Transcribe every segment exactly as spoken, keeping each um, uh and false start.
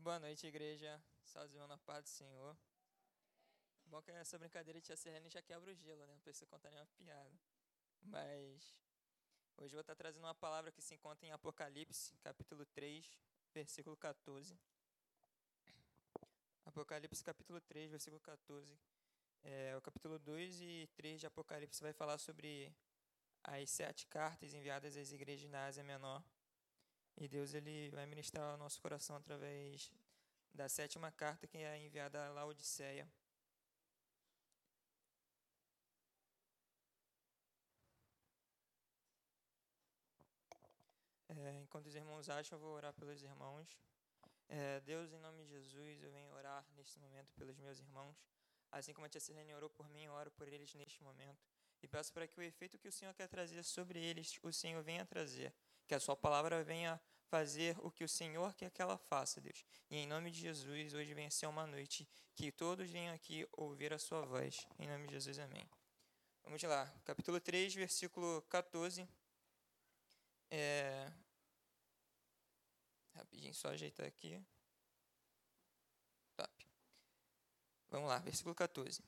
Boa noite, igreja. Salve na paz do Senhor. Bom que essa brincadeira de tia Serrene já quebra o gelo, né? Não precisa contar nenhuma piada. Mas hoje eu vou estar trazendo uma palavra que se encontra em Apocalipse, capítulo três, versículo quatorze. Apocalipse, capítulo três, versículo quatorze. É, o capítulo dois e três de Apocalipse vai falar sobre as sete cartas enviadas às igrejas na Ásia Menor. E Deus ele vai ministrar ao nosso coração através da sétima carta, que é enviada a Laodiceia. É, enquanto os irmãos acham, eu vou orar pelos irmãos. É, Deus, em nome de Jesus, eu venho orar neste momento pelos meus irmãos. Assim como a tia Silene orou por mim, eu oro por eles neste momento. E peço para que o efeito que o Senhor quer trazer sobre eles, o Senhor venha trazer. Que a sua palavra venha fazer o que o Senhor quer que ela faça, Deus. E em nome de Jesus, hoje venha ser uma noite que todos venham aqui ouvir a sua voz. Em nome de Jesus, amém. Vamos lá, capítulo três, versículo quatorze. É... Rapidinho, só ajeitar aqui. Top. Vamos lá, versículo quatorze.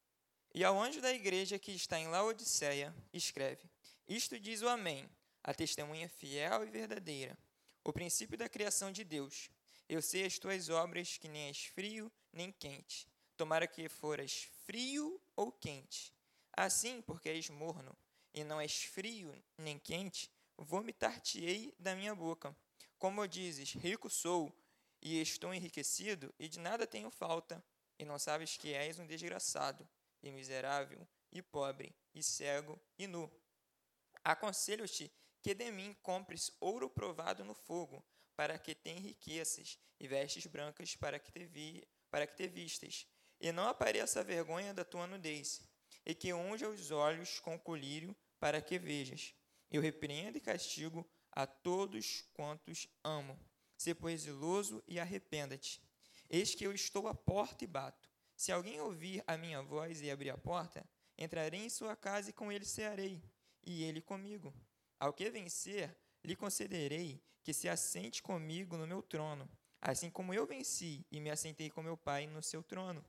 E ao anjo da igreja que está em Laodiceia, escreve: Isto diz o Amém, a testemunha fiel e verdadeira, o princípio da criação de Deus. Eu sei as tuas obras, que nem és frio nem quente. Tomara que foras frio ou quente. Assim, porque és morno, e não és frio nem quente, vomitar-te-ei da minha boca. Como dizes, rico sou, e estou enriquecido, e de nada tenho falta, e não sabes que és um desgraçado, e miserável, e pobre, e cego, e nu. Aconselho-te que de mim compres ouro provado no fogo, para que te enriqueças, e vestes brancas para que te, vi, para que te vistas, e não apareça a vergonha da tua nudez, e que unja os olhos com colírio, para que vejas. Eu repreendo e castigo a todos quantos amo. Sê, pois, zeloso e arrependa-te. Eis que eu estou à porta e bato. Se alguém ouvir a minha voz e abrir a porta, entrarei em sua casa e com ele cearei, e ele comigo. Ao que vencer, lhe concederei que se assente comigo no meu trono, assim como eu venci e me assentei com meu Pai no seu trono.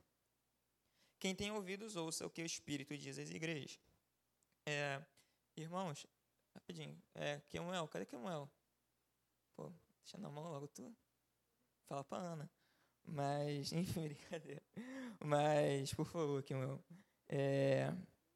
Quem tem ouvidos, ouça o que o Espírito diz às igrejas. É, irmãos, rapidinho, é, Kemuel, cadê Kemuel? Pô, deixa na mão logo tu. Fala pra Ana. Mas, enfim, brincadeira. Mas, por favor, Kemuel. É,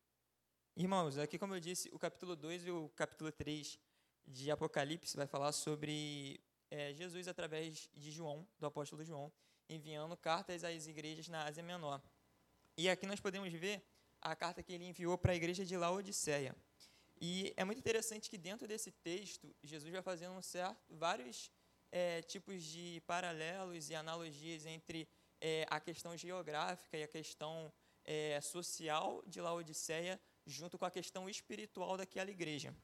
irmãos, aqui como eu disse, o capítulo dois e o capítulo três de Apocalipse vai falar sobre é, Jesus através de João, do apóstolo João, enviando cartas às igrejas na Ásia Menor. E aqui nós podemos ver a carta que ele enviou para a igreja de Laodiceia. E é muito interessante que dentro desse texto, Jesus vai fazendo um certo, vários é, tipos de paralelos e analogias entre é, a questão geográfica e a questão é, social de Laodiceia, junto com a questão espiritual daquela igreja.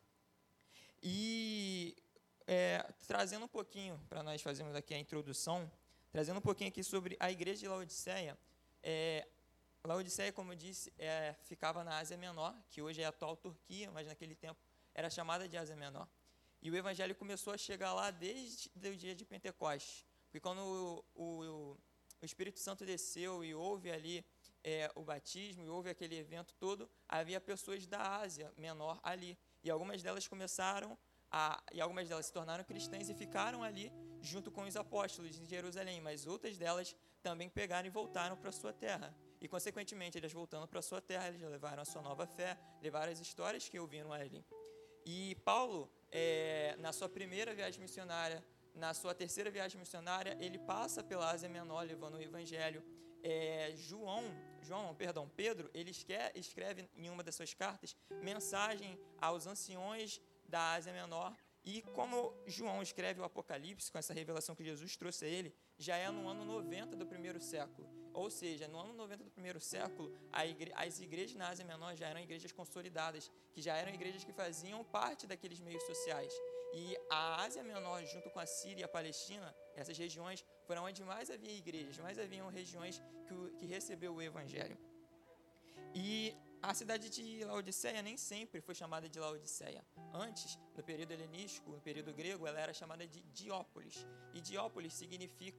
E é, trazendo um pouquinho, para nós fazermos aqui a introdução, trazendo um pouquinho aqui sobre a igreja de Laodiceia. É, Laodiceia, como eu disse, é, ficava na Ásia Menor, que hoje é a atual Turquia, mas naquele tempo era chamada de Ásia Menor. E o evangelho começou a chegar lá desde o dia de Pentecostes, porque quando o, o, o Espírito Santo desceu e houve ali é, o batismo, e houve aquele evento todo, havia pessoas da Ásia Menor ali. E algumas delas começaram, a, e algumas delas se tornaram cristãs e ficaram ali junto com os apóstolos em Jerusalém, mas outras delas também pegaram e voltaram para a sua terra. E, consequentemente, eles voltando para a sua terra, eles levaram a sua nova fé, levaram as histórias que ouviram ali. E Paulo, é, na sua primeira viagem missionária, na sua terceira viagem missionária, ele passa pela Ásia Menor, levando o evangelho. É, João, João, perdão, Pedro, ele escreve em uma das suas cartas mensagem aos anciões da Ásia Menor. E como João escreve o Apocalipse, com essa revelação que Jesus trouxe a ele, já é no ano noventa do primeiro século. Ou seja, no ano noventa do primeiro século, igre- as igrejas na Ásia Menor já eram igrejas consolidadas, que já eram igrejas que faziam parte daqueles meios sociais. E a Ásia Menor, junto com a Síria e a Palestina, essas regiões foram onde mais havia igrejas, mais haviam regiões que, o, que recebeu o Evangelho. E a cidade de Laodiceia nem sempre foi chamada de Laodiceia. Antes, no período helenístico, no período grego, ela era chamada de Diópolis. E Diópolis significa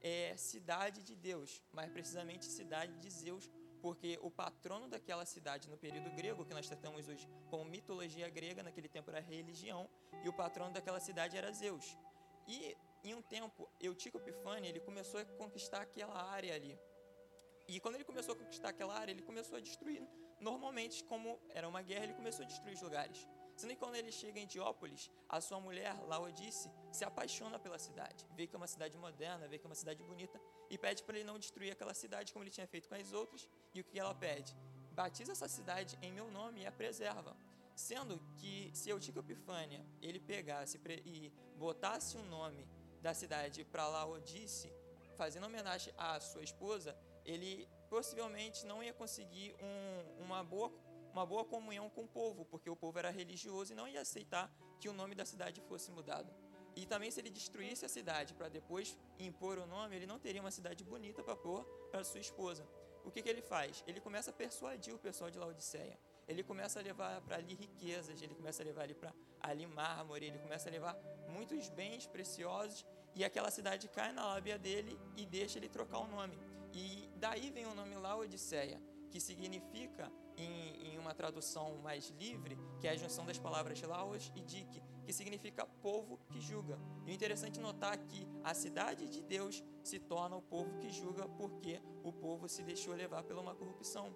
é cidade de Deus, mais precisamente cidade de Zeus, porque o patrono daquela cidade no período grego, que nós tratamos hoje como mitologia grega, naquele tempo era religião, e o patrono daquela cidade era Zeus. E em um tempo, Eutico Epifânio, ele começou a conquistar aquela área ali. E quando ele começou a conquistar aquela área, ele começou a destruir. Normalmente, como era uma guerra, ele começou a destruir os lugares. Sendo que quando ele chega em Diópolis, a sua mulher, Laodice, se apaixona pela cidade. Vê que é uma cidade moderna, vê que é uma cidade bonita, e pede para ele não destruir aquela cidade como ele tinha feito com as outras. E o que ela pede? Batiza essa cidade em meu nome e a preserva. Sendo que se Eutico Epifânio ele pegasse e botasse o nome da cidade para Laodice, fazendo homenagem à sua esposa, ele possivelmente não ia conseguir um, uma, boa, uma boa comunhão com o povo, porque o povo era religioso e não ia aceitar que o nome da cidade fosse mudado. E também, se ele destruísse a cidade para depois impor o nome, ele não teria uma cidade bonita para pôr para sua esposa. O que, que ele faz? Ele começa a persuadir o pessoal de Laodiceia. Ele começa a levar para ali riquezas, ele começa a levar ali para ali mármore, ele começa a levar muitos bens preciosos, e aquela cidade cai na lábia dele e deixa ele trocar o nome. E daí vem o nome Laodiceia, que significa, em, em uma tradução mais livre, que é a junção das palavras Laos e Dik, que significa povo que julga. E o interessante é notar que a cidade de Deus se torna o povo que julga porque o povo se deixou levar pela uma corrupção.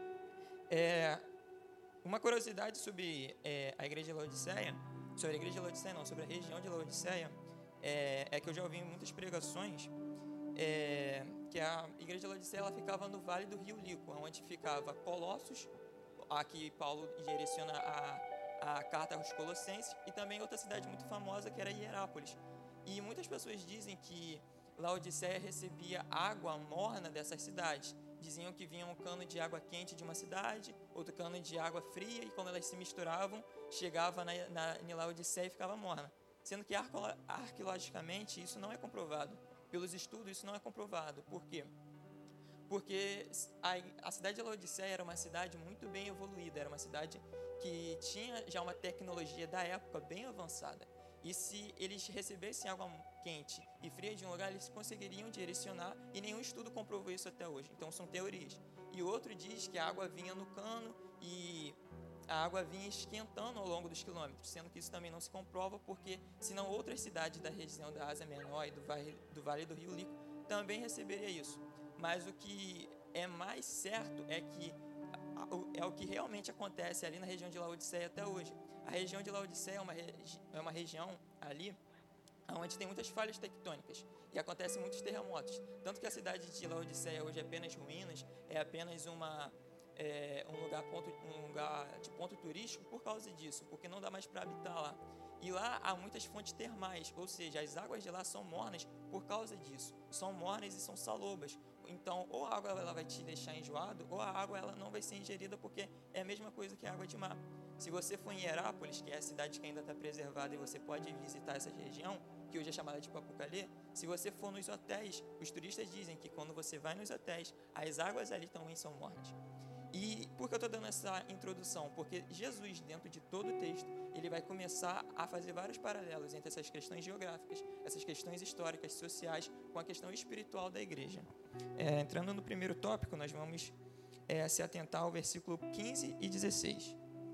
É, uma curiosidade sobre é, a igreja de Laodiceia, sobre a igreja de Laodiceia não, sobre a região de Laodiceia, é, é que eu já ouvi em muitas pregações, é, que a igreja de Laodiceia ela ficava no vale do rio Lico, onde ficava Colossos, aqui Paulo direciona a, a carta aos Colossenses, e também outra cidade muito famosa que era Hierápolis. E muitas pessoas dizem que Laodiceia recebia água morna dessas cidades. Diziam que vinha um cano de água quente de uma cidade, outro cano de água fria, e quando elas se misturavam, chegava na, na, em Laodiceia e ficava morna. Sendo que arqueologicamente isso não é comprovado. Pelos estudos isso não é comprovado. Por quê? Porque a, a cidade de Laodiceia era uma cidade muito bem evoluída, era uma cidade que tinha já uma tecnologia da época bem avançada. E se eles recebessem água quente e fria de um lugar, eles conseguiriam direcionar, e nenhum estudo comprovou isso até hoje. Então são teorias. E o outro diz que a água vinha no cano e a água vinha esquentando ao longo dos quilômetros, sendo que isso também não se comprova, porque senão outras cidades da região da Ásia Menor e do Vale do, vale do Rio Lico também receberia isso. Mas o que é mais certo é que é o que realmente acontece ali na região de Laodiceia até hoje. A região de Laodiceia é uma, regi é uma região ali onde tem muitas falhas tectônicas e acontecem muitos terremotos. Tanto que a cidade de Laodiceia hoje é apenas ruínas, é apenas uma, é, um, lugar ponto, um lugar de ponto turístico por causa disso, porque não dá mais para habitar lá. E lá há muitas fontes termais, ou seja, as águas de lá são mornas por causa disso. São mornas e são salobras. Então, ou a água ela vai te deixar enjoado, ou a água ela não vai ser ingerida, porque é a mesma coisa que a água de mar. Se você for em Hierápolis, que é a cidade que ainda está preservada e você pode visitar essa região, que hoje é chamada de Papucalê, se você for nos hotéis, os turistas dizem que quando você vai nos hotéis, as águas ali também são mornas. E por que eu estou dando essa introdução? Porque Jesus, dentro de todo o texto, ele vai começar a fazer vários paralelos entre essas questões geográficas, essas questões históricas, sociais, com a questão espiritual da igreja. É, entrando no primeiro tópico, nós vamos é, se atentar ao versículo quinze e dezesseis.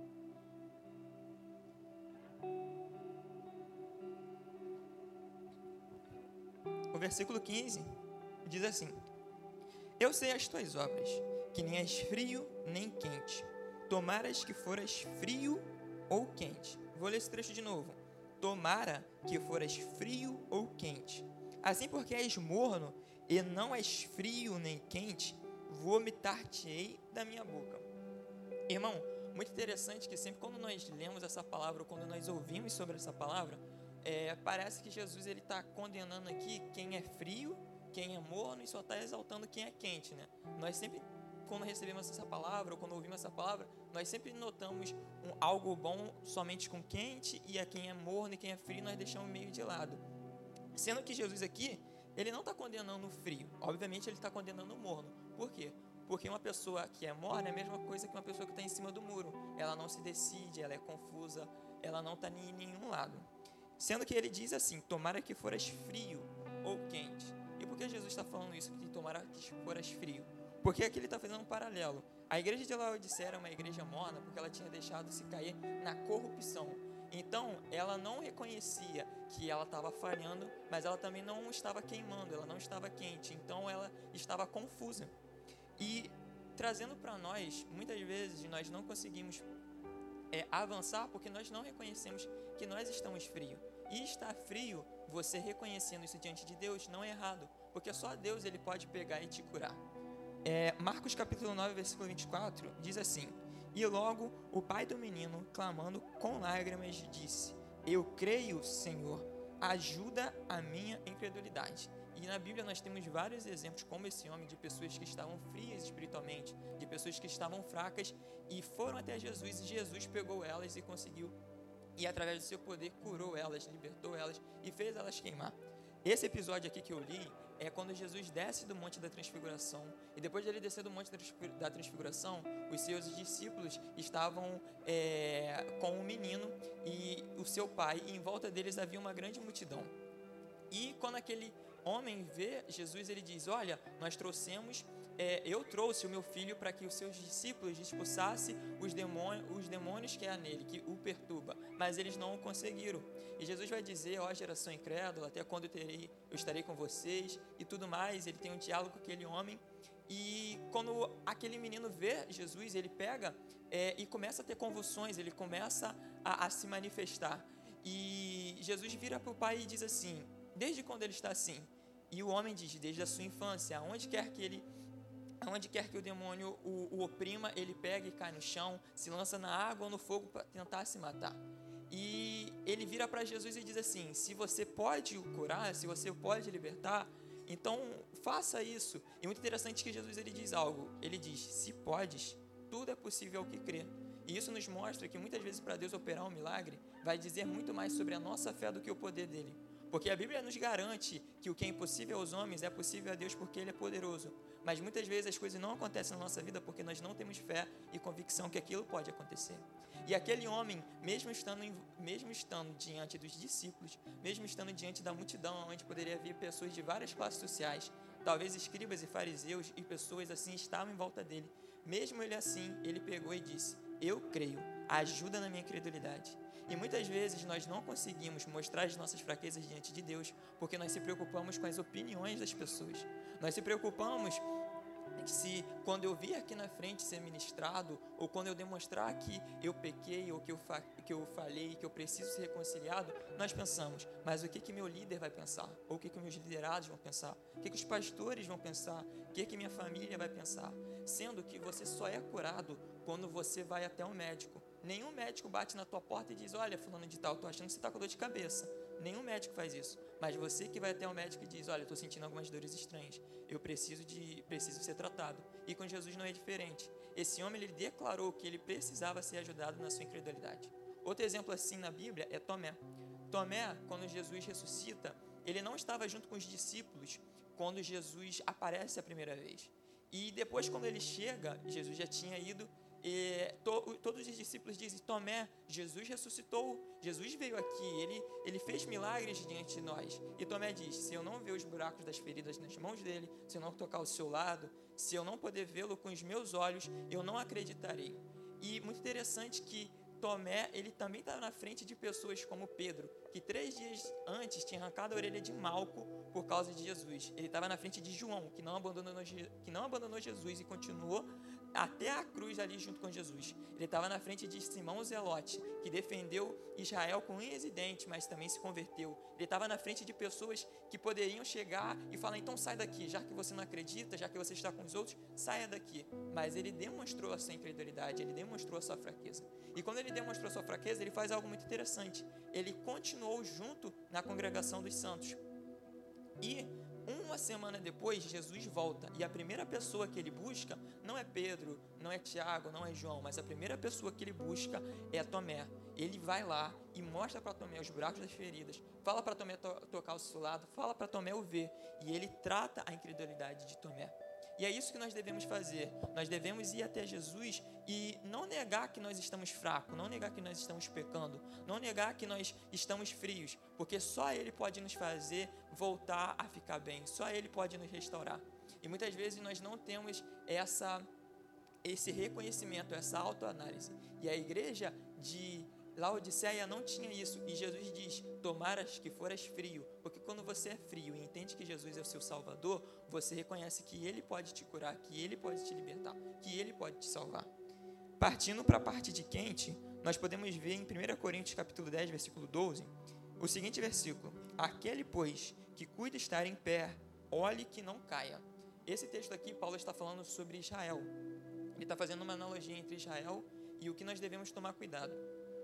O versículo quinze diz assim: Eu sei as tuas obras, que nem és frio nem quente. Tomaras que foras frio ou quente. Vou ler esse trecho de novo. Tomara que foras frio ou quente. Assim, porque és morno e não és frio nem quente, vomitar-te-ei da minha boca. Irmão, muito interessante que sempre quando nós lemos essa palavra, ou quando nós ouvimos sobre essa palavra, é, parece que Jesus ele está condenando aqui quem é frio, quem é morno, e só está exaltando quem é quente, né? Nós sempre, quando recebemos essa palavra, ou quando ouvimos essa palavra, nós sempre notamos um, algo bom somente com quente, e a quem é morno e quem é frio nós deixamos meio de lado. Sendo que Jesus aqui, ele não está condenando o frio, obviamente ele está condenando o morno. Por quê? Porque uma pessoa que é morna é a mesma coisa que uma pessoa que está em cima do muro. Ela não se decide, ela é confusa, ela não está em nenhum lado. Sendo que ele diz assim: tomara que foras frio ou quente. E por por que Jesus está falando isso, que tomará que foras frio? Porque aqui ele está fazendo um paralelo. A igreja de Laodiceia era uma igreja morna porque ela tinha deixado se cair na corrupção. Então, ela não reconhecia que ela estava falhando, mas ela também não estava queimando, ela não estava quente. Então, ela estava confusa. E, trazendo para nós, muitas vezes nós não conseguimos é, avançar porque nós não reconhecemos que nós estamos frios. E estar frio, você reconhecendo isso diante de Deus, não é errado, porque só Deus ele pode pegar e te curar. É, Marcos capítulo nove, versículo vinte e quatro, diz assim: E logo o pai do menino, clamando com lágrimas, disse: Eu creio, Senhor, ajuda a minha incredulidade. E na Bíblia nós temos vários exemplos, como esse homem, de pessoas que estavam frias espiritualmente, de pessoas que estavam fracas e foram até Jesus, e Jesus pegou elas e conseguiu, e através do seu poder curou elas, libertou elas e fez elas queimar. Esse episódio aqui que eu li é quando Jesus desce do Monte da Transfiguração, e depois de ele descer do Monte da Transfiguração, os seus discípulos estavam é, com um menino e o seu pai, e em volta deles havia uma grande multidão. E quando aquele homem vê Jesus, ele diz: olha, nós trouxemos, é, eu trouxe o meu filho para que os seus discípulos expulsassem os demônios, os demônios que há nele, que o perturba, mas eles não o conseguiram. E Jesus vai dizer: ó geração incrédula, até quando eu, terei, eu estarei com vocês e tudo mais. Ele tem um diálogo com aquele homem, e quando aquele menino vê Jesus, ele pega é, e começa a ter convulsões, ele começa a, a se manifestar, e Jesus vira para o pai e diz assim: desde quando ele está assim? E o homem diz: desde a sua infância. Aonde quer que ele, aonde quer que o demônio o, o oprima, ele pega e cai no chão, se lança na água ou no fogo para tentar se matar. E ele vira para Jesus e diz assim: se você pode o curar, se você pode libertar, então faça isso. E muito interessante que Jesus ele diz algo. Ele diz: se podes, tudo é possível ao que crê. E isso nos mostra que muitas vezes para Deus operar um milagre vai dizer muito mais sobre a nossa fé do que o poder dele. Porque a Bíblia nos garante que o que é impossível aos homens é possível a Deus porque Ele é poderoso. Mas muitas vezes as coisas não acontecem na nossa vida porque nós não temos fé e convicção que aquilo pode acontecer. E aquele homem, mesmo estando, mesmo estando diante dos discípulos, mesmo estando diante da multidão, onde poderia vir pessoas de várias classes sociais, talvez escribas e fariseus e pessoas assim estavam em volta dele, mesmo ele assim, ele pegou e disse: eu creio, ajuda na minha incredulidade. E muitas vezes nós não conseguimos mostrar as nossas fraquezas diante de Deus porque nós se preocupamos com as opiniões das pessoas. Nós se preocupamos se quando eu vir aqui na frente ser ministrado, ou quando eu demonstrar que eu pequei, ou que eu, fa- que eu falhei, que eu preciso ser reconciliado, nós pensamos: mas o que que meu líder vai pensar? Ou o que que meus liderados vão pensar? O que que os pastores vão pensar? O que que minha família vai pensar? Sendo que você só é curado quando você vai até um médico. Nenhum médico bate na tua porta e diz: olha, fulano de tal, tô achando que você está com dor de cabeça. Nenhum médico faz isso. Mas você que vai até um médico e diz: olha, estou sentindo algumas dores estranhas, eu preciso, de, preciso ser tratado. E com Jesus não é diferente. Esse homem, ele declarou que ele precisava ser ajudado na sua incredulidade. Outro exemplo assim na Bíblia é Tomé. Tomé, quando Jesus ressuscita, ele não estava junto com os discípulos quando Jesus aparece a primeira vez. E depois, quando ele chega, Jesus já tinha ido. E to, todos os discípulos dizem: Tomé, Jesus ressuscitou, Jesus veio aqui, ele, ele fez milagres diante de nós. E Tomé diz: se eu não ver os buracos das feridas nas mãos dele, se eu não tocar o seu lado, se eu não poder vê-lo com os meus olhos, eu não acreditarei. E muito interessante que Tomé, ele também estava na frente de pessoas como Pedro, que três dias antes tinha arrancado a orelha de Malco por causa de Jesus. Ele estava na frente de João, que não abandonou, que não abandonou Jesus e continuou até a cruz ali junto com Jesus. Ele estava na frente de Simão Zelote, que defendeu Israel com unhas e dentes, mas também se converteu. Ele estava na frente de pessoas que poderiam chegar e falar: então sai daqui, já que você não acredita, já que você está com os outros, saia daqui. Mas ele demonstrou a sua incredulidade, ele demonstrou a sua fraqueza. E quando ele demonstrou a sua fraqueza, ele faz algo muito interessante. Ele continuou junto na congregação dos santos. E uma semana depois, Jesus volta, e a primeira pessoa que ele busca não é Pedro, não é Tiago, não é João, mas a primeira pessoa que ele busca é Tomé. Ele vai lá e mostra para Tomé os buracos das feridas, fala para Tomé to- tocar o seu lado, fala para Tomé o ver, e ele trata a incredulidade de Tomé. E é isso que nós devemos fazer. Nós devemos ir até Jesus e não negar que nós estamos fracos, não negar que nós estamos pecando, não negar que nós estamos frios, porque só Ele pode nos fazer voltar a ficar bem, só Ele pode nos restaurar. E muitas vezes nós não temos essa, esse reconhecimento, essa autoanálise. E a igreja de Laodiceia não tinha isso, e Jesus diz: tomaras que foras frio, porque quando você é frio e entende que Jesus é o seu Salvador, você reconhece que Ele pode te curar, que Ele pode te libertar, que Ele pode te salvar. Partindo para a parte de quente, nós podemos ver em primeira Coríntios capítulo dez, versículo doze, o seguinte versículo: aquele, pois, que cuida estar em pé, olhe que não caia. Esse texto aqui, Paulo está falando sobre Israel. Ele está fazendo uma analogia entre Israel e o que nós devemos tomar cuidado.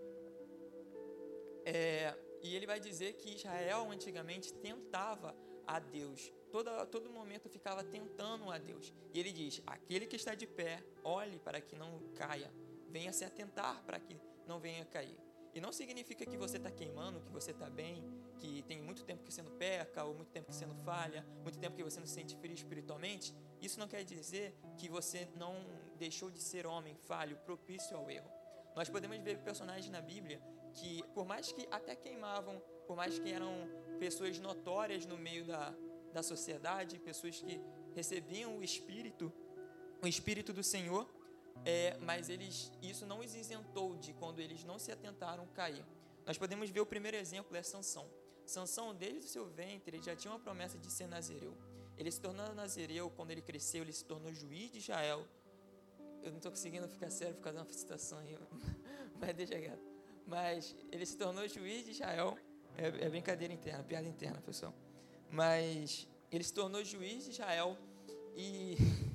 É, e ele vai dizer que Israel antigamente tentava a Deus, todo, todo momento ficava tentando a Deus. E ele diz: aquele que está de pé, olhe para que não caia, venha se atentar para que não venha cair. E não significa que você está queimando, que você está bem, que tem muito tempo que você não peca, ou muito tempo que você não falha, muito tempo que você não se sente frio espiritualmente. Isso não quer dizer que você não deixou de ser homem, falho, propício ao erro. Nós podemos ver personagens na Bíblia que, por mais que até queimavam, por mais que eram pessoas notórias no meio da, da sociedade, pessoas que recebiam o Espírito, o Espírito do Senhor, é, mas eles, isso não os isentou de, quando eles não se atentaram, cair. Nós podemos ver o primeiro exemplo, é Sansão. Sansão, desde o seu ventre, ele já tinha uma promessa de ser nazireu. Ele se tornou nazireu, quando ele cresceu, ele se tornou juiz de Israel. Eu não estou conseguindo ficar sério por causa de uma situação aí, mas deixa quieto. Mas ele se tornou juiz de Israel. É, é brincadeira interna, piada interna, pessoal. Mas ele se tornou juiz de Israel e,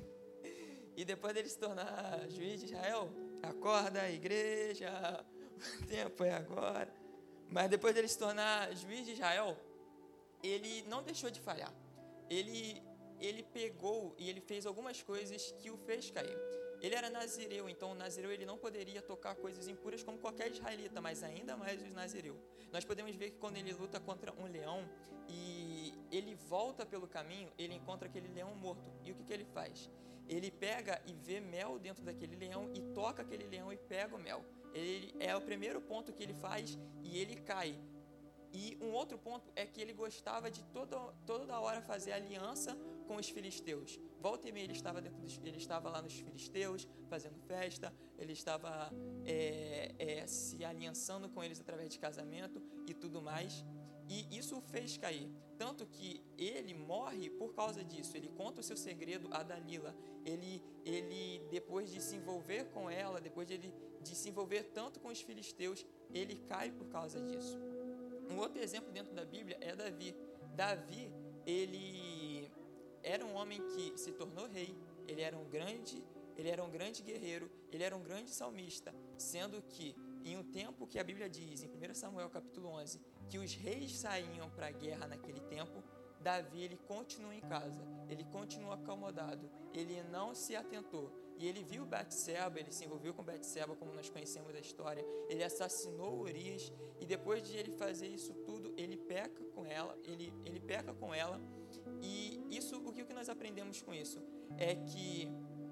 e depois dele se tornar juiz de Israel, acorda, igreja, o tempo é agora. Mas depois dele se tornar juiz de Israel, ele não deixou de falhar. Ele, ele pegou e ele fez algumas coisas que o fez cair. Ele era nazireu, então o nazireu ele não poderia tocar coisas impuras como qualquer israelita, mas ainda mais os nazireus. Nós podemos ver que quando ele luta contra um leão e ele volta pelo caminho, ele encontra aquele leão morto. E o que, que ele faz? Ele pega e vê mel dentro daquele leão e toca aquele leão e pega o mel. Ele é o primeiro ponto que ele faz e ele cai. E um outro ponto é que ele gostava de toda, toda hora fazer aliança com os filisteus. Volta e meia ele estava, dentro dos, ele estava lá nos filisteus, fazendo festa, ele estava é, é, se aliançando com eles através de casamento e tudo mais. E isso o fez cair. Tanto que ele morre por causa disso. Ele conta o seu segredo a Dalila. Ele, ele depois de se envolver com ela, depois de, ele, de se envolver tanto com os filisteus, ele cai por causa disso. Um outro exemplo dentro da Bíblia é Davi. Davi, ele era um homem que se tornou rei, ele era um grande, ele era um grande guerreiro, ele era um grande salmista, sendo que em um tempo que a Bíblia diz, em primeiro Samuel capítulo onze, que os reis saíam para a guerra naquele tempo, Davi ele continuou em casa, ele continuou acomodado, ele não se atentou. E ele viu Betseba, ele se envolveu com Betseba, como nós conhecemos a história. Ele assassinou Urias e depois de ele fazer isso tudo, ele peca com ela, ele, ele peca com ela. E isso, o que nós aprendemos com isso? É que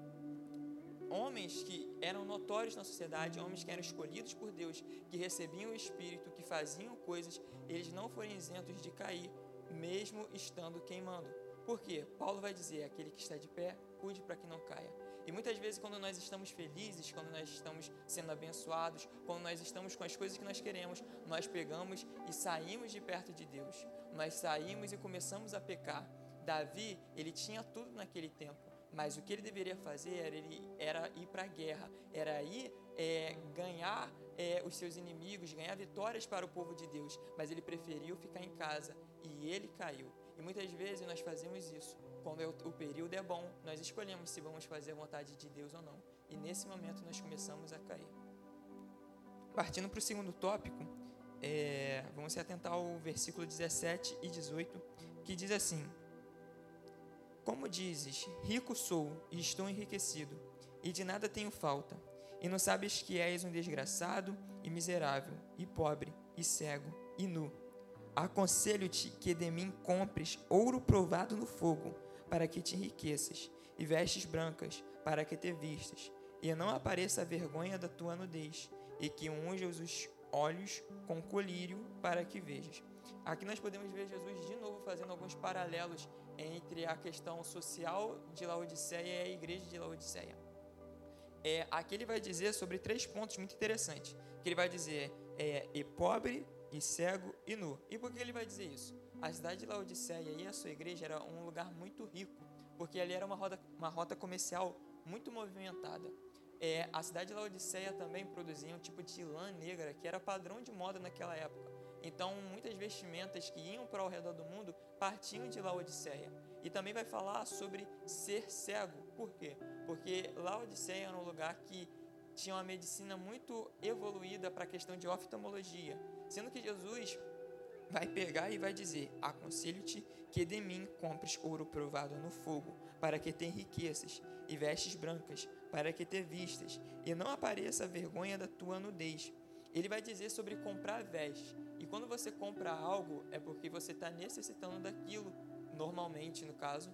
homens que eram notórios na sociedade, homens que eram escolhidos por Deus, que recebiam o Espírito, que faziam coisas, eles não foram isentos de cair, mesmo estando queimando. Por quê? Paulo vai dizer, aquele que está de pé, cuide para que não caia. E muitas vezes quando nós estamos felizes, quando nós estamos sendo abençoados, quando nós estamos com as coisas que nós queremos, nós pegamos e saímos de perto de Deus. Nós saímos e começamos a pecar. Davi, ele tinha tudo naquele tempo, mas o que ele deveria fazer era, ele, era ir para a guerra, era ir é, ganhar é, os seus inimigos, ganhar vitórias para o povo de Deus, mas ele preferiu ficar em casa e ele caiu. E muitas vezes nós fazemos isso. Quando o período é bom, nós escolhemos se vamos fazer a vontade de Deus ou não. E nesse momento nós começamos a cair. Partindo para o segundo tópico, é, vamos se atentar ao versículo dezessete e dezoito, que diz assim: como dizes, rico sou e estou enriquecido, e de nada tenho falta, e não sabes que és um desgraçado e miserável, e pobre, e cego, e nu. Aconselho-te que de mim compres ouro provado no fogo, para que te enriqueças, e vestes brancas, para que te vistas, e não apareça a vergonha da tua nudez, e que unjas os olhos com colírio, para que vejas. Aqui nós podemos ver Jesus de novo fazendo alguns paralelos entre a questão social de Laodiceia e a igreja de Laodiceia. É, aqui ele vai dizer sobre três pontos muito interessantes, que ele vai dizer é, e pobre, e cego, e nu. E por que ele vai dizer isso? A cidade de Laodiceia e a sua igreja era um lugar muito rico, porque ali era uma rota, uma rota comercial muito movimentada. É, a cidade de Laodiceia também produzia um tipo de lã negra, que era padrão de moda naquela época. Então, muitas vestimentas que iam para ao redor do mundo partiam de Laodiceia. E também vai falar sobre ser cego. Por quê? Porque Laodiceia era um lugar que tinha uma medicina muito evoluída para a questão de oftalmologia. Sendo que Jesus vai pegar e vai dizer: aconselho-te que de mim compres ouro provado no fogo, para que te enriqueças, e vestes brancas, para que te vistas, e não apareça a vergonha da tua nudez. Ele vai dizer sobre comprar vestes. E quando você compra algo, é porque você está necessitando daquilo, normalmente no caso.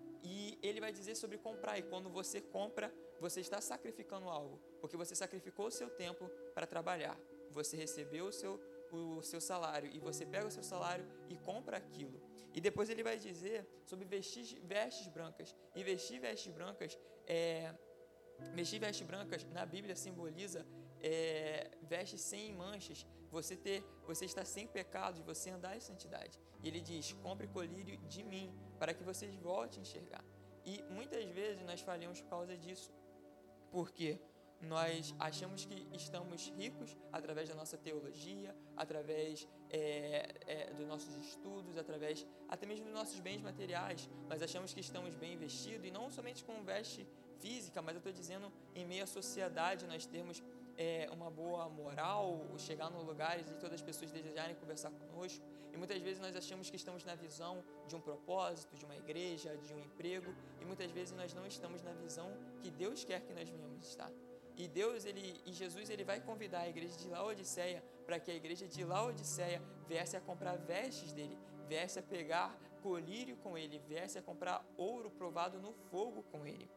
E ele vai dizer sobre comprar. E quando você compra, você está sacrificando algo, porque você sacrificou o seu tempo para trabalhar. Você recebeu o seu, o seu salário, e você pega o seu salário e compra aquilo. E depois ele vai dizer sobre vestir vestes brancas. E vestir vestes brancas, é, vestir vestes brancas na Bíblia simboliza é, vestes sem manchas, você, ter, você está sem pecados, você andar em santidade. E ele diz: compre colírio de mim, para que vocês voltem a enxergar. E muitas vezes nós falhamos por causa disso, porque nós achamos que estamos ricos através da nossa teologia, através é, é, dos nossos estudos, através até mesmo dos nossos bens materiais. Nós achamos que estamos bem vestidos, e não somente com veste física, mas eu estou dizendo em meio à sociedade nós termos é, uma boa moral, chegar nos lugares e todas as pessoas desejarem conversar conosco. E muitas vezes nós achamos que estamos na visão de um propósito, de uma igreja, de um emprego, e muitas vezes nós não estamos na visão que Deus quer que nós venhamos estar. E Deus, ele, e Jesus, ele vai convidar a igreja de Laodiceia para que a igreja de Laodiceia viesse a comprar vestes dele, viesse a pegar colírio com ele, viesse a comprar ouro provado no fogo com ele.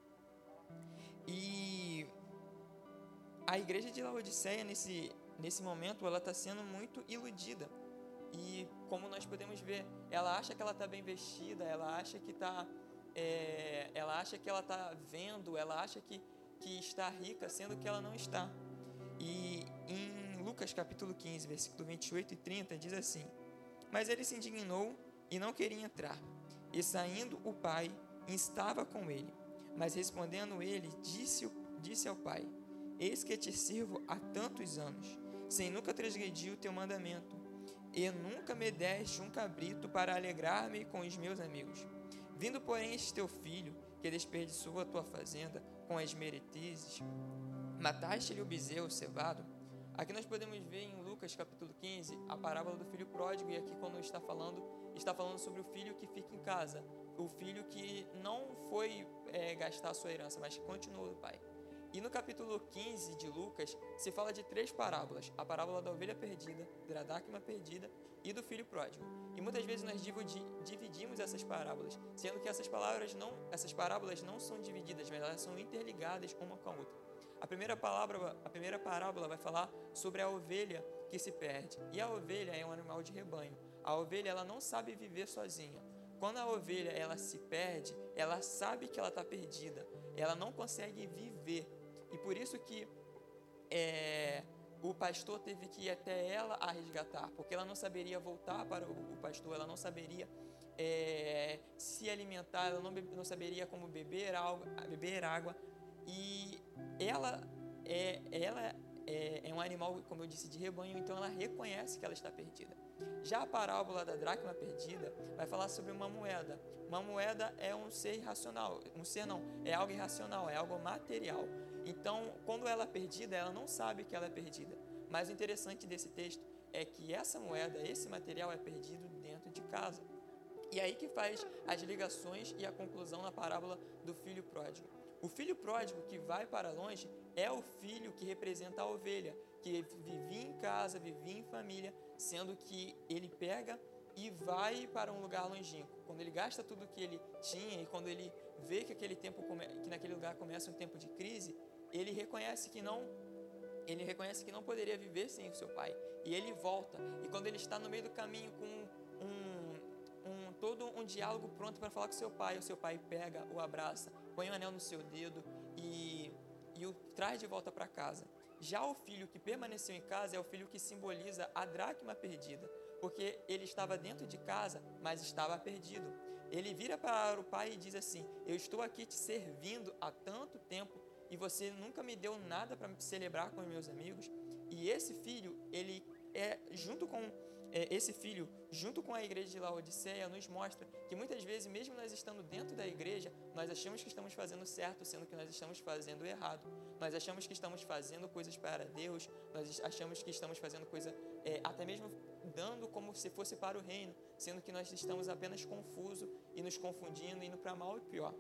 E a igreja de Laodiceia, nesse, nesse momento, ela está sendo muito iludida. E como nós podemos ver, ela acha que ela está bem vestida, ela acha que está, é, ela acha que ela está vendo, ela acha que que está rica, sendo que ela não está. E em Lucas capítulo quinze, versículo vinte e oito e trinta, diz assim: mas ele se indignou e não queria entrar. E saindo o pai, estava com ele. Mas respondendo ele, disse, disse ao pai: eis que te sirvo há tantos anos, sem nunca transgredir o teu mandamento, e nunca me deste um cabrito para alegrar-me com os meus amigos. Vindo, porém, este teu filho, que desperdiçou a tua fazenda com as meretrizes, mataste-lhe o bezerro cevado. Aqui nós podemos ver em Lucas capítulo quinze a parábola do filho pródigo, e aqui quando está falando, está falando sobre o filho que fica em casa, o filho que não foi é, gastar a sua herança, mas continuou do pai. E no capítulo quinze de Lucas se fala de três parábolas: a parábola da ovelha perdida, da dracma perdida e do filho pródigo. E muitas vezes nós dividimos essas parábolas, sendo que essas palavras não, essas parábolas não são divididas, mas elas são interligadas uma com a outra. A primeira palavra, a primeira parábola vai falar sobre a ovelha que se perde. E a ovelha é um animal de rebanho. A ovelha, ela não sabe viver sozinha. Quando a ovelha ela se perde, ela sabe que ela está perdida. Ela não consegue viver. E por isso que é, o pastor teve que ir até ela a resgatar, porque ela não saberia voltar para o, o pastor, ela não saberia é, se alimentar, ela não, não saberia como beber, algo, beber água. E ela, é, ela é, é um animal, como eu disse, de rebanho, então ela reconhece que ela está perdida. Já a parábola da dracma perdida vai falar sobre uma moeda. Uma moeda é um ser irracional, um ser não, é algo irracional, é algo material. Então, quando ela é perdida, ela não sabe que ela é perdida. Mas o interessante desse texto é que essa moeda, esse material é perdido dentro de casa. E aí que faz as ligações e a conclusão na parábola do filho pródigo. O filho pródigo que vai para longe é o filho que representa a ovelha, que vivia em casa, vivia em família, sendo que ele pega e vai para um lugar longínquo. Quando ele gasta tudo que ele tinha e quando ele vê que aquele tempo que naquele lugar começa um tempo de crise, ele reconhece que não ele reconhece que não poderia viver sem o seu pai. E ele volta. E quando ele está no meio do caminho com um, um todo um diálogo pronto para falar com seu pai, o seu pai pega, o abraça, põe o anel no seu dedo e, e o traz de volta para casa. Já o filho que permaneceu em casa é o filho que simboliza a dracma perdida, porque ele estava dentro de casa, mas estava perdido. Ele vira para o pai e diz assim: eu estou aqui te servindo há tanto tempo e você nunca me deu nada para celebrar com os meus amigos. E esse filho, ele é junto com é, esse filho, junto com a igreja de Laodiceia, nos mostra que muitas vezes, mesmo nós estando dentro da igreja, nós achamos que estamos fazendo certo, sendo que nós estamos fazendo errado. Nós achamos que estamos fazendo coisas para Deus, nós achamos que estamos fazendo coisa, é, até mesmo dando como se fosse para o reino, sendo que nós estamos apenas confusos e nos confundindo, indo para mal e pior.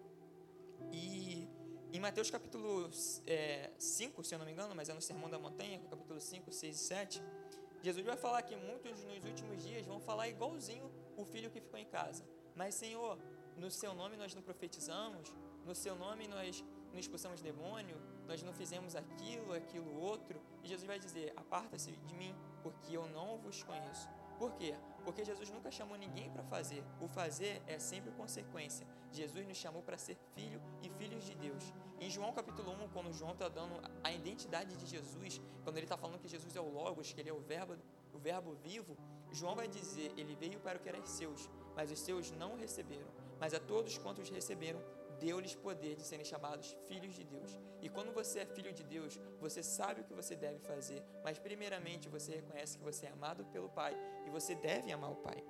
E em Mateus capítulo é, cinco, se eu não me engano, mas é no Sermão da Montanha, capítulo cinco, seis e sete, Jesus vai falar que muitos nos últimos dias vão falar igualzinho o filho que ficou em casa. Mas, Senhor, no seu nome nós não profetizamos, no seu nome nós não expulsamos demônio, nós não fizemos aquilo, aquilo outro. E Jesus vai dizer: aparta-se de mim, porque eu não vos conheço. Por quê? Porque Jesus nunca chamou ninguém para fazer. O fazer é sempre consequência. Jesus nos chamou para ser filho e filhos de Deus. Em João capítulo um, quando João está dando a identidade de Jesus, quando ele está falando que Jesus é o Logos, que ele é o verbo, o verbo vivo, João vai dizer: ele veio para o que eram seus, mas os seus não o receberam. Mas a todos quantos receberam, deu-lhes poder de serem chamados filhos de Deus. E quando você é filho de Deus, você sabe o que você deve fazer, mas primeiramente você reconhece que você é amado pelo Pai e você deve amar o Pai.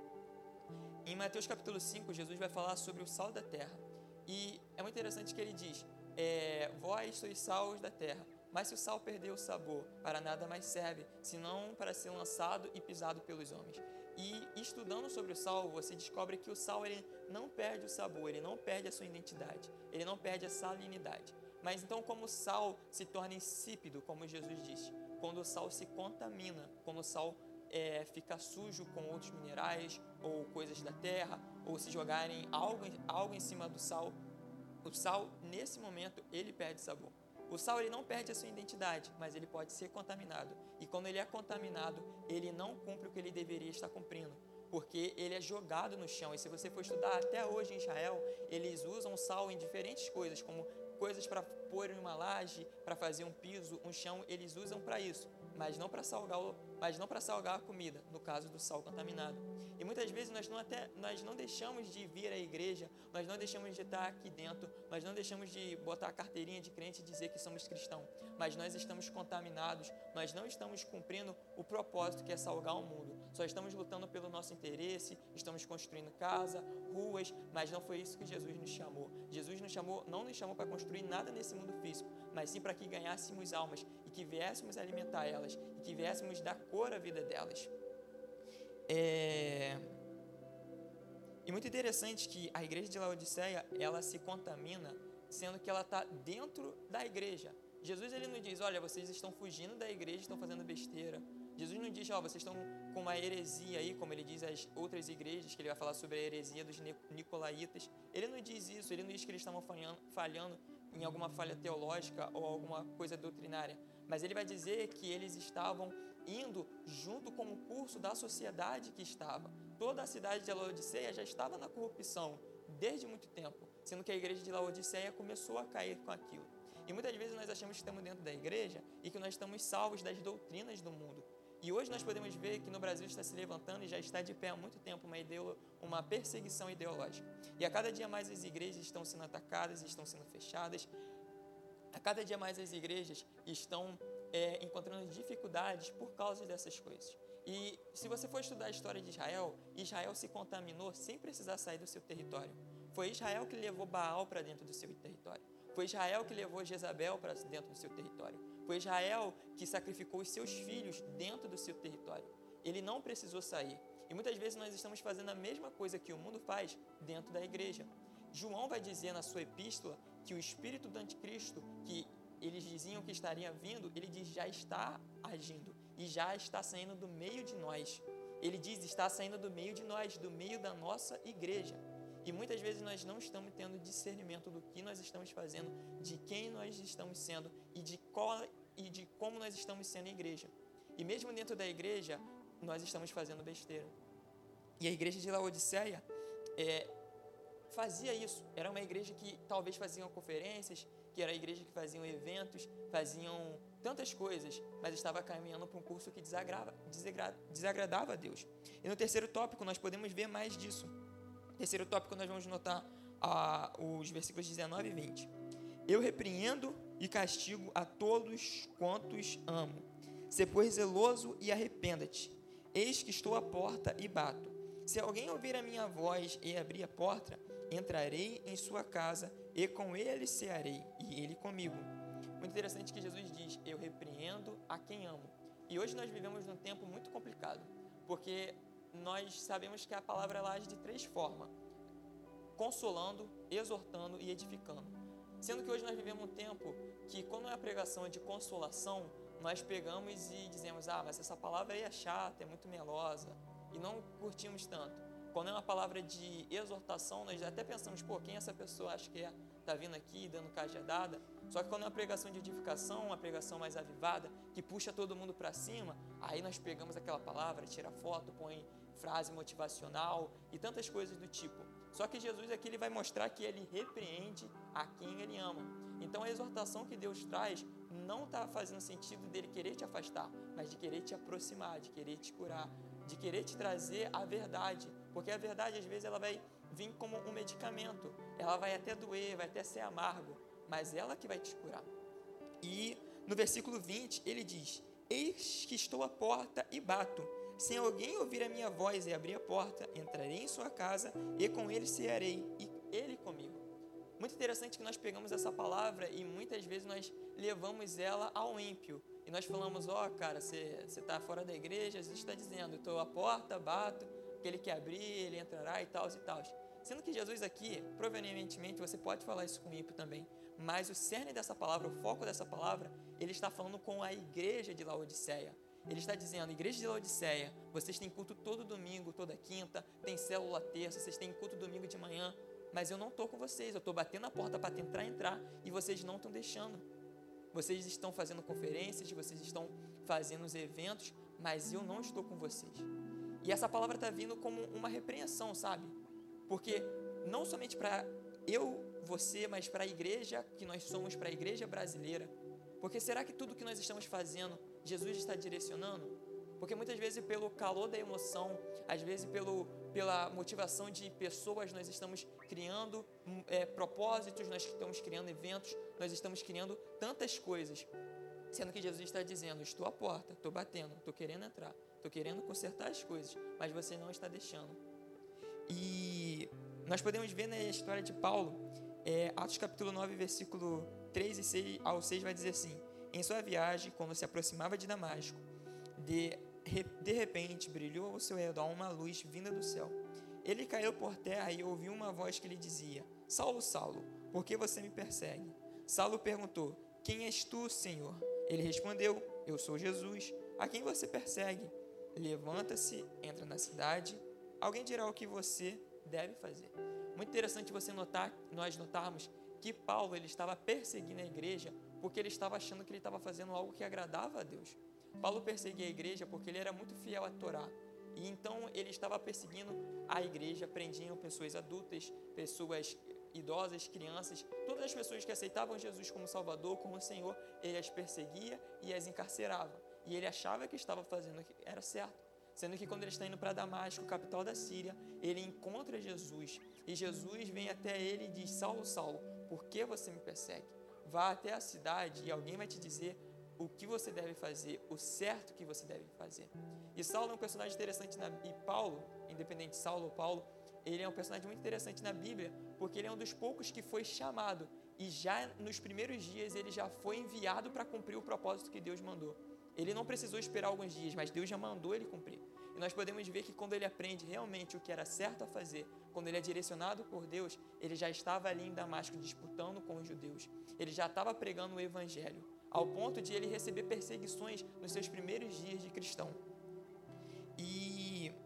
Em Mateus capítulo cinco, Jesus vai falar sobre o sal da terra. E é muito interessante que ele diz: é, vós sois sal da terra, mas se o sal perder o sabor, para nada mais serve, senão para ser lançado e pisado pelos homens. E estudando sobre o sal, você descobre que o sal ele não perde o sabor, ele não perde a sua identidade, ele não perde a salinidade. Mas então, como o sal se torna insípido, como Jesus disse, quando o sal se contamina, quando o sal é, fica sujo com outros minerais ou coisas da terra, ou se jogarem algo, algo em cima do sal, o sal, nesse momento, ele perde sabor. O sal ele não perde a sua identidade, mas ele pode ser contaminado. E quando ele é contaminado, ele não cumpre o que ele deveria estar cumprindo, porque ele é jogado no chão. E se você for estudar até hoje em Israel, eles usam sal em diferentes coisas, como coisas para pôr em uma laje, para fazer um piso, um chão, eles usam para isso, mas não para salgar, mas não para salgar a comida, no caso do sal contaminado. E muitas vezes nós não, até, nós não deixamos de vir à igreja, nós não deixamos de estar aqui dentro, nós não deixamos de botar a carteirinha de crente e dizer que somos cristãos, mas nós estamos contaminados, nós não estamos cumprindo o propósito que é salgar o mundo. Só estamos lutando pelo nosso interesse, estamos construindo casa, ruas, mas não foi isso que Jesus nos chamou. Jesus nos chamou, não nos chamou para construir nada nesse mundo físico, mas sim para que ganhássemos almas e que viéssemos alimentar elas e que viéssemos dar cor à vida delas. É... E muito interessante que a igreja de Laodiceia, ela se contamina, sendo que ela está dentro da igreja. Jesus ele não diz: olha, vocês estão fugindo da igreja, estão fazendo besteira. Jesus não diz: ó, oh, vocês estão com uma heresia aí, como ele diz às outras igrejas, que ele vai falar sobre a heresia dos nicolaítas. Ele não diz isso, ele não diz que eles estavam falhando, falhando em alguma falha teológica ou alguma coisa doutrinária, mas ele vai dizer que eles estavam indo junto com o curso da sociedade que estava. Toda a cidade de Laodiceia já estava na corrupção desde muito tempo, sendo que a igreja de Laodiceia começou a cair com aquilo. E muitas vezes nós achamos que estamos dentro da igreja e que nós estamos salvos das doutrinas do mundo. E hoje nós podemos ver que no Brasil está se levantando e já está de pé há muito tempo uma, ideolo- uma perseguição ideológica. E a cada dia mais as igrejas estão sendo atacadas, estão sendo fechadas. A cada dia mais as igrejas estão é, encontrando dificuldades por causa dessas coisas. E se você for estudar a história de Israel, Israel se contaminou sem precisar sair do seu território. Foi Israel que levou Baal para dentro do seu território. Foi Israel que levou Jezabel para dentro do seu território. Foi Israel que sacrificou os seus filhos dentro do seu território. Ele não precisou sair. E muitas vezes nós estamos fazendo a mesma coisa que o mundo faz dentro da igreja. João vai dizer na sua epístola que o espírito do anticristo, que eles diziam que estaria vindo, ele diz já está agindo e já está saindo do meio de nós. Ele diz, está saindo do meio de nós, do meio da nossa igreja. E muitas vezes nós não estamos tendo discernimento do que nós estamos fazendo, de quem nós estamos sendo e de, qual, e de como nós estamos sendo igreja. E mesmo dentro da igreja, nós estamos fazendo besteira. E a igreja de Laodiceia é, fazia isso. Era uma igreja que talvez faziam conferências, que era a igreja que faziam eventos, faziam tantas coisas, mas estava caminhando para um curso que desagrava, desagra, desagradava a Deus. E no terceiro tópico nós podemos ver mais disso. No terceiro tópico nós vamos notar ah, os versículos dezenove e vinte. Eu repreendo e castigo a todos quantos amo. Sê, pois, zeloso e arrependa-te. Eis que estou à porta e bato. Se alguém ouvir a minha voz e abrir a porta, entrarei em sua casa e com ele cearei, e ele comigo. Muito interessante que Jesus diz, eu repreendo a quem amo. E hoje nós vivemos num tempo muito complicado, porque nós sabemos que a palavra ela age de três formas, consolando, exortando e edificando. Sendo que hoje nós vivemos um tempo que quando é a pregação de consolação, nós pegamos e dizemos, ah, mas essa palavra aí é chata, é muito melosa, e não curtimos tanto. Quando é uma palavra de exortação, nós até pensamos, pô, quem essa pessoa acha que é? Está vindo aqui, dando cajadada. Só que quando é uma pregação de edificação, uma pregação mais avivada, que puxa todo mundo para cima, aí nós pegamos aquela palavra, tira foto, põe frase motivacional e tantas coisas do tipo. Só que Jesus aqui ele vai mostrar que ele repreende a quem ele ama. Então a exortação que Deus traz não está fazendo sentido dele querer te afastar, mas de querer te aproximar, de querer te curar, de querer te trazer a verdade, porque a verdade às vezes ela vai vir como um medicamento, ela vai até doer, vai até ser amargo, mas ela que vai te curar. E no versículo vinte ele diz, eis que estou à porta e bato, se alguém ouvir a minha voz e abrir a porta, entrarei em sua casa e com ele cearei, e ele comigo. Muito interessante que nós pegamos essa palavra e muitas vezes nós levamos ela ao ímpio. E nós falamos, ó, oh, cara, você está fora da igreja, Jesus está dizendo, estou à porta, bato, aquele que abrir, ele entrará e tal e tal. Sendo que Jesus aqui, provenientemente, você pode falar isso com o ímpio também, mas o cerne dessa palavra, o foco dessa palavra, ele está falando com a igreja de Laodiceia. Ele está dizendo, igreja de Laodiceia, vocês têm culto todo domingo, toda quinta, tem célula terça, vocês têm culto domingo de manhã, mas eu não estou com vocês, eu estou batendo a porta para tentar entrar e vocês não estão deixando. Vocês estão fazendo conferências, vocês estão fazendo os eventos, mas eu não estou com vocês. E essa palavra está vindo como uma repreensão, sabe? Porque não somente para eu, você, mas para a igreja que nós somos, para a igreja brasileira. Porque será que tudo que nós estamos fazendo, Jesus está direcionando? Porque muitas vezes pelo calor da emoção, às vezes pelo, pela motivação de pessoas, nós estamos criando é, propósitos, nós estamos criando eventos, nós estamos criando tantas coisas. Sendo que Jesus está dizendo, estou à porta, estou batendo, estou querendo entrar, estou querendo consertar as coisas, mas você não está deixando. E nós podemos ver na história de Paulo, é, Atos capítulo nove, versículo três e seis ao seis vai dizer assim, em sua viagem, quando se aproximava de Damasco, de De repente, brilhou ao seu redor uma luz vinda do céu. Ele caiu por terra e ouviu uma voz que lhe dizia, Saulo, Saulo, por que você me persegue? Saulo perguntou, quem és tu, Senhor? Ele respondeu, eu sou Jesus, a quem você persegue? Levanta-se, entra na cidade, alguém dirá o que você deve fazer. Muito interessante você notar, nós notarmos que Paulo ele estava perseguindo a igreja porque ele estava achando que ele estava fazendo algo que agradava a Deus. Paulo perseguia a igreja porque ele era muito fiel à Torá. E então ele estava perseguindo a igreja, prendiam pessoas adultas, pessoas idosas, crianças, todas as pessoas que aceitavam Jesus como Salvador, como Senhor, ele as perseguia e as encarcerava. E ele achava que estava fazendo o que era certo. Sendo que quando ele está indo para Damasco, capital da Síria, ele encontra Jesus. E Jesus vem até ele e diz, Saulo, Saulo, por que você me persegue? Vá até a cidade e alguém vai te dizer o que você deve fazer, o certo que você deve fazer. E Saulo é um personagem interessante, na, e Paulo, independente de Saulo ou Paulo, ele é um personagem muito interessante na Bíblia, porque ele é um dos poucos que foi chamado, e já nos primeiros dias ele já foi enviado para cumprir o propósito que Deus mandou. Ele não precisou esperar alguns dias, mas Deus já mandou ele cumprir. E nós podemos ver que quando ele aprende realmente o que era certo a fazer, quando ele é direcionado por Deus, ele já estava ali em Damasco disputando com os judeus. Ele já estava pregando o evangelho, ao ponto de ele receber perseguições nos seus primeiros dias de cristão. E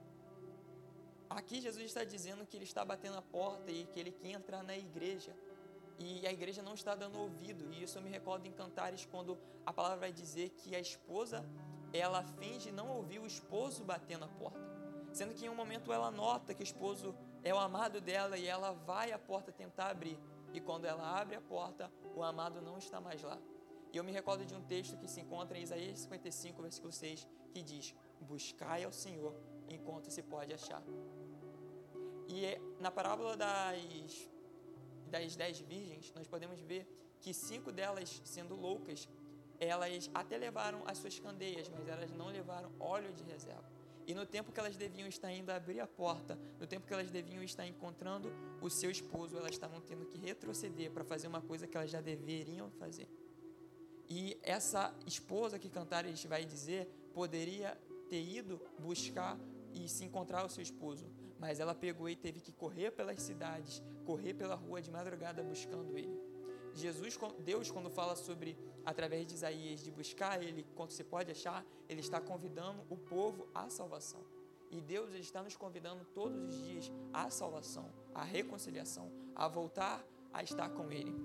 aqui Jesus está dizendo que ele está batendo a porta e que ele quer entrar na igreja. E a igreja não está dando ouvido. E isso eu me recordo em Cantares, quando a palavra vai dizer que a esposa, ela finge não ouvir o esposo batendo a porta. Sendo que em um momento ela nota que o esposo é o amado dela e ela vai à porta tentar abrir. E quando ela abre a porta, o amado não está mais lá. E eu me recordo de um texto que se encontra em Isaías cinquenta e cinco, versículo seis, que diz: buscai ao Senhor enquanto se pode achar. E na parábola das, das dez virgens, nós podemos ver que cinco delas, sendo loucas, elas até levaram as suas candeias, mas elas não levaram óleo de reserva. E no tempo que elas deviam estar indo abrir a porta, no tempo que elas deviam estar encontrando o seu esposo, elas estavam tendo que retroceder para fazer uma coisa que elas já deveriam fazer. E essa esposa que Cantares vai dizer, poderia ter ido buscar e se encontrar o seu esposo, mas ela pegou e teve que correr pelas cidades, correr pela rua de madrugada buscando ele. Jesus, Deus, quando fala sobre, através de Isaías, de buscar ele quando se pode achar, ele está convidando o povo à salvação. E Deus, ele está nos convidando todos os dias à salvação, à reconciliação, a voltar a estar com ele.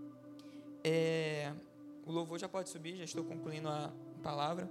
É, o louvor já pode subir, já estou concluindo a palavra.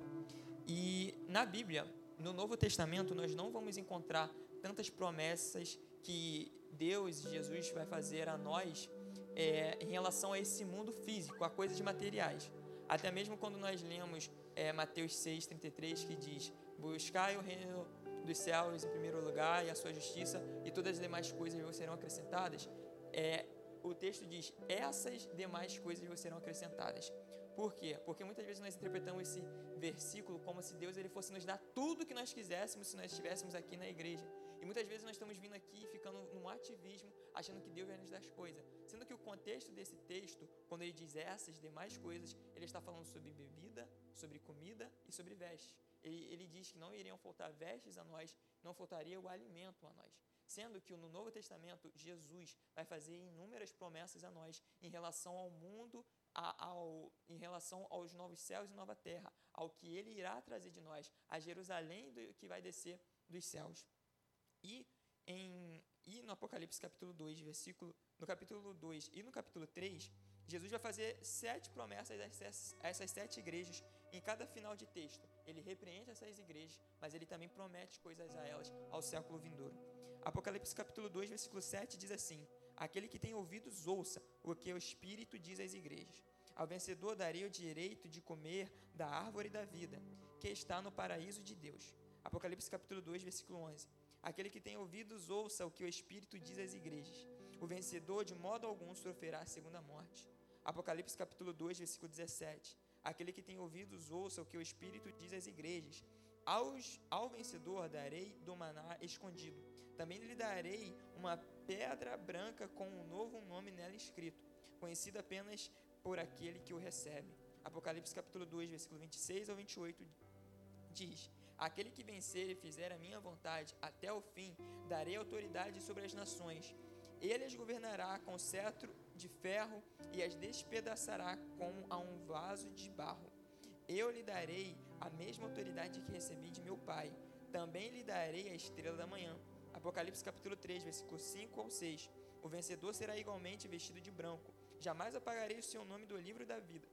E na Bíblia, no Novo Testamento, nós não vamos encontrar tantas promessas que Deus e Jesus vai fazer a nós é, em relação a esse mundo físico, a coisas materiais. Até mesmo quando nós lemos é, Mateus seis, trinta e três, que diz: buscai o reino dos céus em primeiro lugar e a sua justiça, e todas as demais coisas vos serão acrescentadas. É, o texto diz: essas demais coisas vos serão acrescentadas. Por quê? Porque muitas vezes nós interpretamos esse versículo como se Deus ele fosse nos dar tudo o que nós quiséssemos se nós estivéssemos aqui na igreja. E muitas vezes nós estamos vindo aqui ficando num ativismo, achando que Deus vai nos dar as coisas. Sendo que o contexto desse texto, quando ele diz essas demais coisas, ele está falando sobre bebida, sobre comida e sobre vestes. Ele, ele diz que não iriam faltar vestes a nós, não faltaria o alimento a nós. Sendo que no Novo Testamento, Jesus vai fazer inúmeras promessas a nós em relação ao mundo, a, ao, em relação aos novos céus e nova terra, ao que Ele irá trazer de nós, a Jerusalém do, que vai descer dos céus. E, em, e no Apocalipse capítulo dois, versículo, no capítulo dois e no capítulo três, Jesus vai fazer sete promessas a essas, a essas sete igrejas em cada final de texto. Ele repreende essas igrejas, mas ele também promete coisas a elas ao século vindouro. Apocalipse capítulo dois, versículo sete diz assim: aquele que tem ouvidos ouça o que o Espírito diz às igrejas. Ao vencedor darei o direito de comer da árvore da vida, que está no paraíso de Deus. Apocalipse capítulo dois, versículo onze. Aquele que tem ouvidos ouça o que o Espírito diz às igrejas. O vencedor de modo algum sofrerá a segunda morte. Apocalipse capítulo dois, versículo dezessete. Aquele que tem ouvidos ouça o que o Espírito diz às igrejas. Aos, ao vencedor darei do maná escondido. Também lhe darei uma pedra branca com um novo nome nela escrito, conhecido apenas por aquele que o recebe. Apocalipse capítulo dois, versículo vinte e seis ao vinte e oito diz: aquele que vencer e fizer a minha vontade até o fim, darei autoridade sobre as nações. Ele as governará com cetro de ferro e as despedaçará como a um vaso de barro. Eu lhe darei a mesma autoridade que recebi de meu Pai. Também lhe darei a estrela da manhã. Apocalipse capítulo três, versículos cinco ao seis. O vencedor será igualmente vestido de branco. Jamais apagarei o seu nome do livro da vida,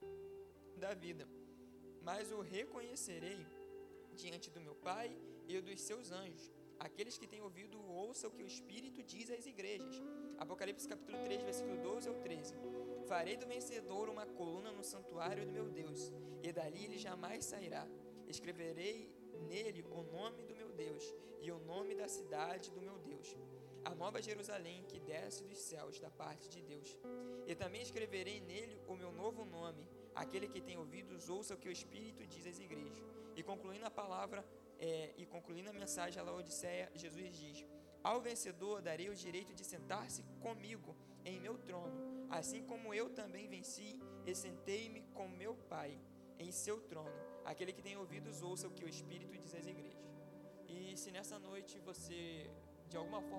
da vida, mas o reconhecerei diante do meu Pai e dos seus anjos. Aqueles que têm ouvido, ouçam o que o Espírito diz às igrejas. Apocalipse capítulo três, versículo doze ao treze. Farei do vencedor uma coluna no santuário do meu Deus, e dali ele jamais sairá. Escreverei nele o nome do meu Deus e o nome da cidade do meu Deus, a nova Jerusalém que desce dos céus da parte de Deus. E também escreverei nele o meu novo nome. Aquele que tem ouvidos, ouça o que o Espírito diz às igrejas. E concluindo a palavra, é, e concluindo a mensagem à Laodiceia, Jesus diz: ao vencedor darei o direito de sentar-se comigo em meu trono, assim como eu também venci e sentei-me com meu Pai em seu trono. Aquele que tem ouvidos, ouça o que o Espírito diz às igrejas. E se nessa noite você, de alguma forma,